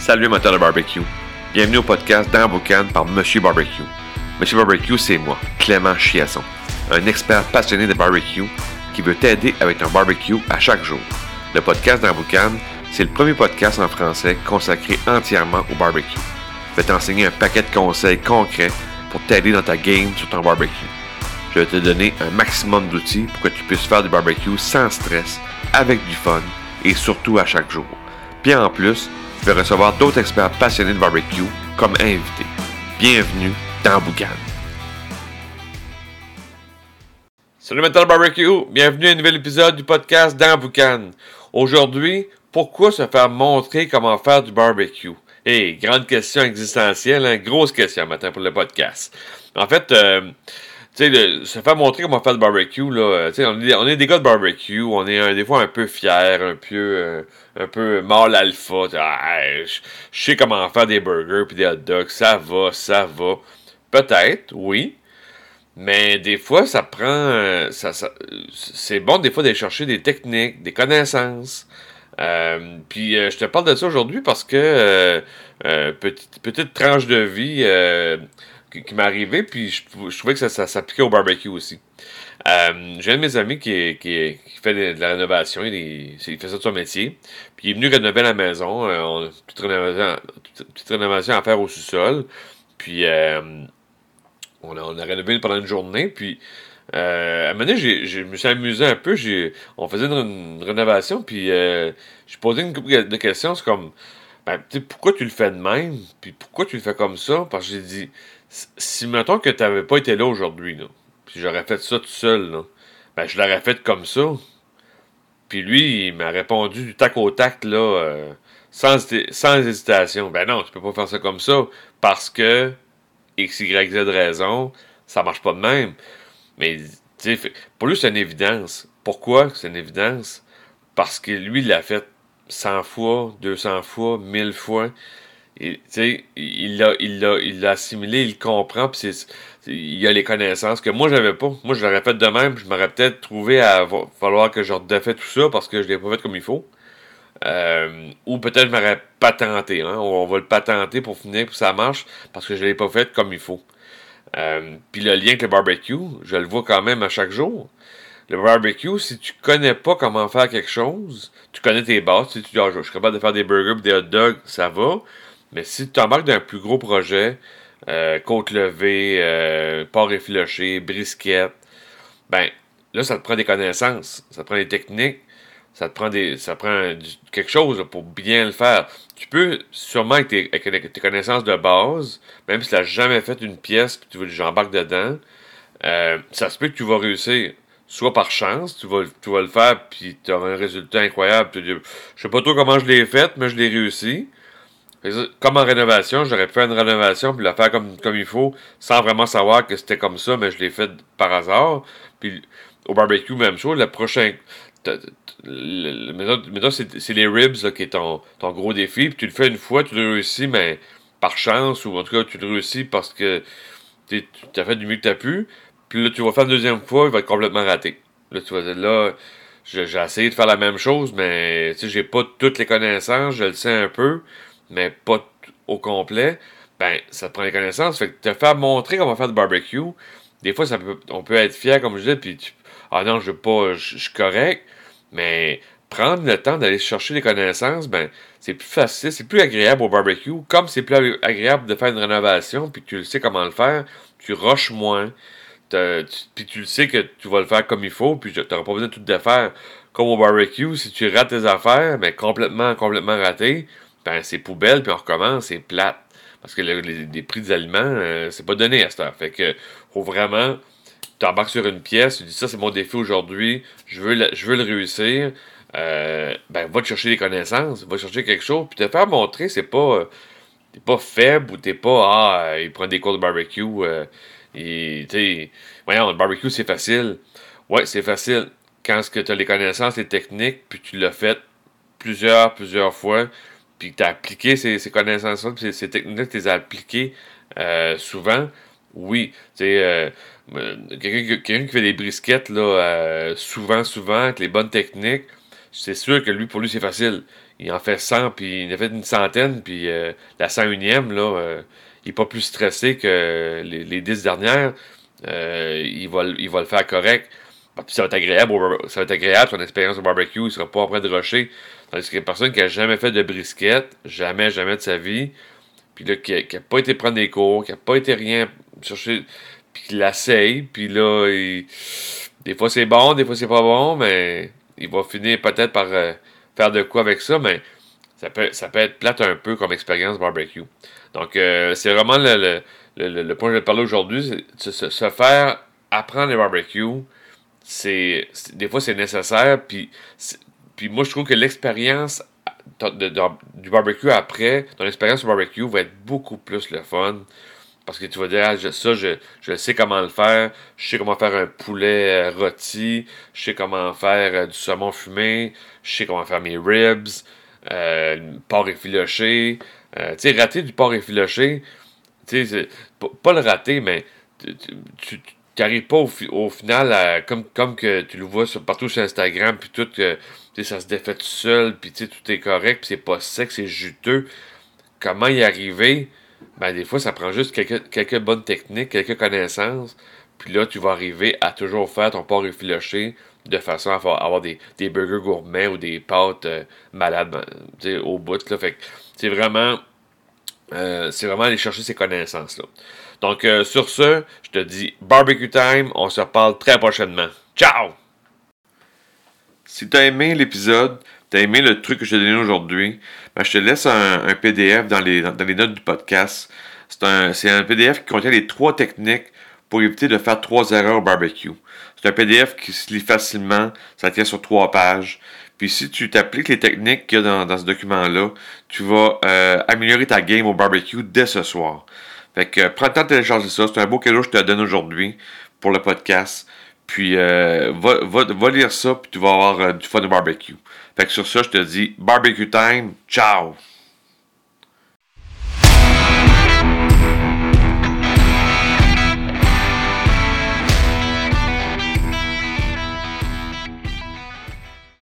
Salut amateurs de barbecue. Bienvenue au podcast Dans la Boucane par Monsieur Barbecue. Monsieur Barbecue, c'est moi, Clément Chiasson, un expert passionné de barbecue qui veut t'aider avec un barbecue à chaque jour. Le podcast Dans la Boucane, c'est le premier podcast en français consacré entièrement au barbecue. Je vais t'enseigner un paquet de conseils concrets pour t'aider dans ta game sur ton barbecue. Je vais te donner un maximum d'outils pour que tu puisses faire du barbecue sans stress, avec du fun et surtout à chaque jour. Puis en plus, je vais recevoir d'autres experts passionnés de barbecue comme invités. Bienvenue dans Boucane. Salut Metal Barbecue, bienvenue à un nouvel épisode du podcast Dans Boucane. Aujourd'hui, pourquoi se faire montrer comment faire du barbecue? Hey, grande question existentielle, hein? Grosse question matin pour le podcast. En fait, tu sais, se faire montrer comment faire du barbecue, là, tu sais, on est des gars de barbecue, on est des fois un peu fiers, un peu mâle alpha. Je sais comment faire des burgers puis des hot dogs, ça va. Peut-être, oui. Mais des fois, ça prend... c'est bon des fois d'aller chercher des techniques, des connaissances. Puis je te parle de ça aujourd'hui parce que petite tranche de vie qui m'est arrivée, puis je trouvais que ça s'appliquait au barbecue aussi. J'ai un de mes amis qui fait de la rénovation, il fait ça de son métier, puis il est venu rénover la maison, on a une petite rénovation à faire au sous-sol, puis on a rénové pendant une journée, puis à un moment donné, je me suis amusé un peu, on faisait une rénovation, puis j'ai posé une couple de questions, c'est comme, ben, tu sais, pourquoi tu le fais de même, puis pourquoi tu le fais comme ça, parce que j'ai dit, si mettons que tu n'avais pas été là aujourd'hui, là, puis j'aurais fait ça tout seul, là, ben je l'aurais fait comme ça. Puis lui, il m'a répondu du tac au tac, là, sans hésitation. Ben non, tu peux pas faire ça comme ça, parce que X, Y, Z raison, ça marche pas de même. Mais, tu sais, pour lui, c'est une évidence. Pourquoi c'est une évidence? Parce que lui, il l'a fait 100 fois, 200 fois, 1000 fois. Et, tu sais, il l'a assimilé, il le comprend, puis il a les connaissances que moi, j'avais pas. Moi, je l'aurais fait de même, je m'aurais peut-être trouvé à falloir que je redéfais tout ça parce que je l'ai pas fait comme il faut. Ou peut-être je m'aurais patenté, hein. On va le patenter pour finir, pour que ça marche, parce que je l'ai pas fait comme il faut. Puis le lien avec le barbecue, je le vois quand même à chaque jour. Le barbecue, si tu connais pas comment faire quelque chose, tu connais tes bases, tu dis, je suis capable de faire des burgers et des hot dogs, ça va. Mais si tu t'embarques dans un plus gros projet, côte levée, porc effiloché, brisket, ben là, ça te prend des connaissances, ça te prend des techniques, ça prend quelque chose là, pour bien le faire. Tu peux sûrement avec tes connaissances de base, même si tu n'as jamais fait une pièce puis tu veux que j'embarque dedans, ça se peut que tu vas réussir. Soit par chance, tu vas le faire puis tu auras un résultat incroyable. Je sais pas trop comment je l'ai fait, mais je l'ai réussi. Comme en rénovation, j'aurais pu faire une rénovation puis la faire comme il faut, sans vraiment savoir que c'était comme ça, mais je l'ai fait par hasard. Puis au barbecue, même chose, le prochain... Maintenant, c'est les ribs là, qui est ton gros défi. Puis tu le fais une fois, tu le réussis, mais par chance, ou en tout cas, tu le réussis parce que tu as fait du mieux que tu as pu. Puis là, tu vas faire une deuxième fois, il va être complètement raté. Là, tu vas dire, là, j'ai essayé de faire la même chose, mais tu sais, j'ai pas toutes les connaissances, je le sais un peu, mais pas au complet. Ben, ça te prend les connaissances. Fait que te faire montrer comment faire du barbecue, des fois, on peut être fier, comme je dis, puis ah non, je suis correct, mais prendre le temps d'aller chercher les connaissances, ben, c'est plus facile, c'est plus agréable au barbecue. Comme c'est plus agréable de faire une rénovation, puis tu le sais comment le faire, tu rushes moins. Puis tu le sais que tu vas le faire comme il faut, puis tu n'auras pas besoin de tout défaire. Comme au barbecue, si tu rates tes affaires, mais complètement raté, ben c'est poubelle, puis on recommence, c'est plate. Parce que les prix des aliments, c'est pas donné à cette heure. Fait que faut vraiment, tu embarques sur une pièce, tu dis ça c'est mon défi aujourd'hui, je veux le réussir. Ben va te chercher des connaissances, va chercher quelque chose, puis te faire montrer, t'es pas faible ou t'es pas il prend des cours de barbecue. Voyons, le barbecue, c'est facile. Ouais, c'est facile. Quand tu as les connaissances, les techniques, puis tu l'as fait plusieurs fois, puis que tu as appliqué ces connaissances-là, puis ces techniques-là, tu les as appliquées souvent, oui. Quelqu'un qui fait des brisquettes, là, souvent, avec les bonnes techniques, c'est sûr que pour lui, c'est facile. il en fait 100, puis il en a fait une centaine, puis la 101e, là, il n'est pas plus stressé que les 10 dernières. Il va le faire correct. Puis ça va être agréable, son expérience au barbecue, il ne sera pas en train de rusher. Tandis qu'il y a une personne qui n'a jamais fait de brisket, jamais de sa vie, puis là, qui n'a pas été prendre des cours, qui n'a pas été rien chercher, puis qui l'essaye, puis là, des fois c'est bon, des fois c'est pas bon, mais il va finir peut-être par faire de quoi avec ça, mais ça peut être plate un peu comme expérience barbecue. Donc, c'est vraiment le point que je vais te parler aujourd'hui, c'est se faire apprendre le barbecue. Des fois, c'est nécessaire, puis moi, je trouve que l'expérience du barbecue après, ton expérience au barbecue va être beaucoup plus le fun. Parce que tu vas dire, je sais comment le faire. Je sais comment faire un poulet rôti. Je sais comment faire du saumon fumé. Je sais comment faire mes ribs. Porc effiloché. Tu sais, rater du porc effiloché, tu sais, pas le rater, mais tu n'arrives pas au final comme que tu le vois partout sur Instagram, puis tout, ça se défait tout seul, puis tout est correct, puis c'est pas sec, c'est juteux. Comment y arriver? Ben, des fois, ça prend juste quelques bonnes techniques, quelques connaissances, puis là, tu vas arriver à toujours faire ton porc effiloché de façon à avoir des burgers gourmets ou des pâtes malades au bout. Là. Fait que c'est vraiment aller chercher ces connaissances-là. Donc, sur ce, je te dis barbecue time. On se reparle très prochainement. Ciao! Si tu as aimé l'épisode, tu as aimé le truc que je t'ai donné aujourd'hui, ben, je te laisse un PDF dans les notes du podcast. C'est un PDF qui contient les 3 techniques pour éviter de faire 3 erreurs au barbecue. C'est un PDF qui se lit facilement. Ça tient sur 3 pages. Puis si tu t'appliques les techniques qu'il y a dans ce document-là, tu vas améliorer ta game au barbecue dès ce soir. Fait que prends le temps de télécharger ça. C'est un beau cadeau que je te donne aujourd'hui pour le podcast. Puis va lire ça, puis tu vas avoir du fun au barbecue. Fait que sur ça, je te dis barbecue time. Ciao!